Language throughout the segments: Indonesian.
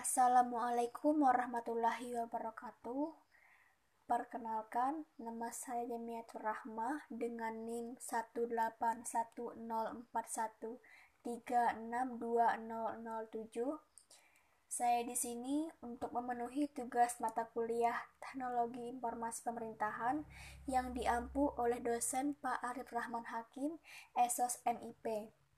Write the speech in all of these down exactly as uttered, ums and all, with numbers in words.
Assalamualaikum warahmatullahi wabarakatuh. Perkenalkan, nama saya Jamiatur Rahmah dengan NIM satu delapan satu nol empat satu tiga enam dua nol nol tujuh. Saya di sini untuk memenuhi tugas mata kuliah Teknologi Informasi Pemerintahan yang diampu oleh dosen Pak Arif Rahman Hakim, S O S M I P.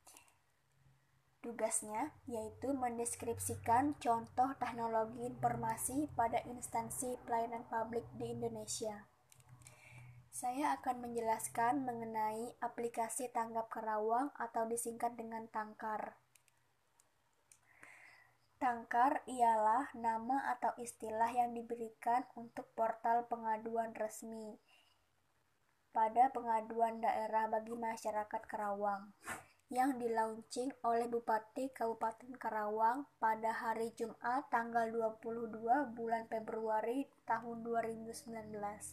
Tugasnya yaitu mendeskripsikan contoh teknologi informasi pada instansi pelayanan publik di Indonesia. Saya akan menjelaskan mengenai aplikasi Tanggap Karawang atau disingkat dengan Tangkar. Tangkar ialah nama atau istilah yang diberikan untuk portal pengaduan resmi pada pengaduan daerah bagi masyarakat Karawang yang dilaunching oleh Bupati Kabupaten Karawang pada hari Jumat tanggal dua puluh dua bulan Februari tahun dua ribu sembilan belas.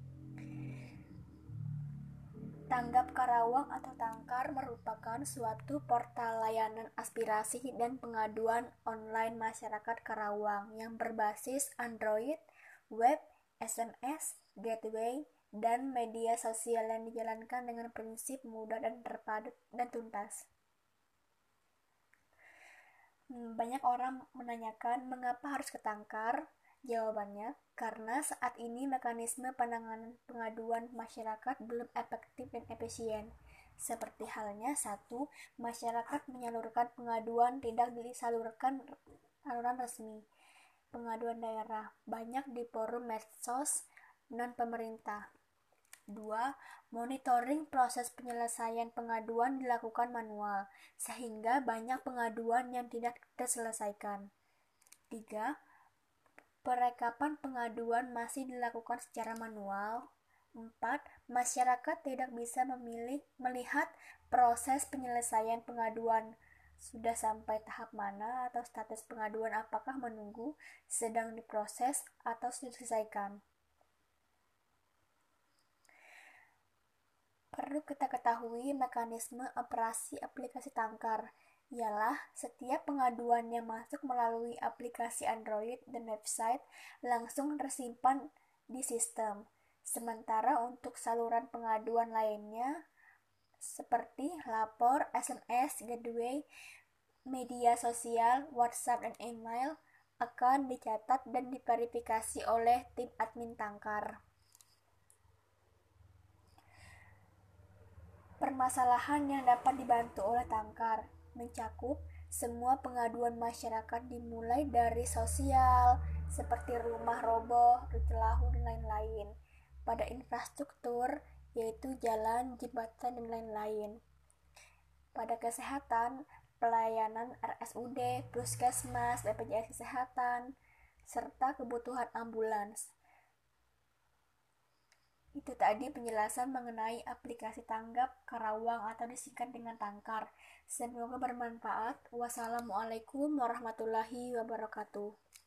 Tanggap Karawang atau Tangkar merupakan suatu portal layanan aspirasi dan pengaduan online masyarakat Karawang yang berbasis Android, web, S M S, gateway, dan media sosial yang dijalankan dengan prinsip mudah dan terpadu dan tuntas. Banyak orang menanyakan mengapa harus ke Tangkar. Jawabannya, karena saat ini mekanisme penanganan pengaduan masyarakat belum efektif dan efisien. Seperti halnya satu, masyarakat menyalurkan pengaduan tidak disalurkan saluran resmi. Pengaduan daerah banyak di forum medsos non-pemerintah. Dua, monitoring proses penyelesaian pengaduan dilakukan manual, sehingga banyak pengaduan yang tidak terselesaikan. Tiga, perekapan pengaduan masih dilakukan secara manual. Empat, masyarakat tidak bisa memilih melihat proses penyelesaian pengaduan sudah sampai tahap mana atau status pengaduan apakah menunggu, sedang diproses, atau sudah diselesaikan. Perlu kita ketahui mekanisme operasi aplikasi Tangkar ialah setiap pengaduan yang masuk melalui aplikasi Android dan website langsung tersimpan di sistem. Sementara untuk saluran pengaduan lainnya seperti lapor, S M S, gateway, media sosial, WhatsApp, dan email akan dicatat dan diverifikasi oleh tim admin Tangkar. Permasalahan yang dapat dibantu oleh Tangkar mencakup semua pengaduan masyarakat dimulai dari sosial, seperti rumah roboh, rutelahu, dan lain-lain, pada infrastruktur, yaitu jalan, jembatan, dan lain-lain. Pada kesehatan, pelayanan R S U D, puskesmas, B P J S Kesehatan, serta kebutuhan ambulans. Itu tadi penjelasan mengenai aplikasi Tanggap Karawang atau disingkat dengan Tangkar. Semoga bermanfaat. Wassalamualaikum warahmatullahi wabarakatuh.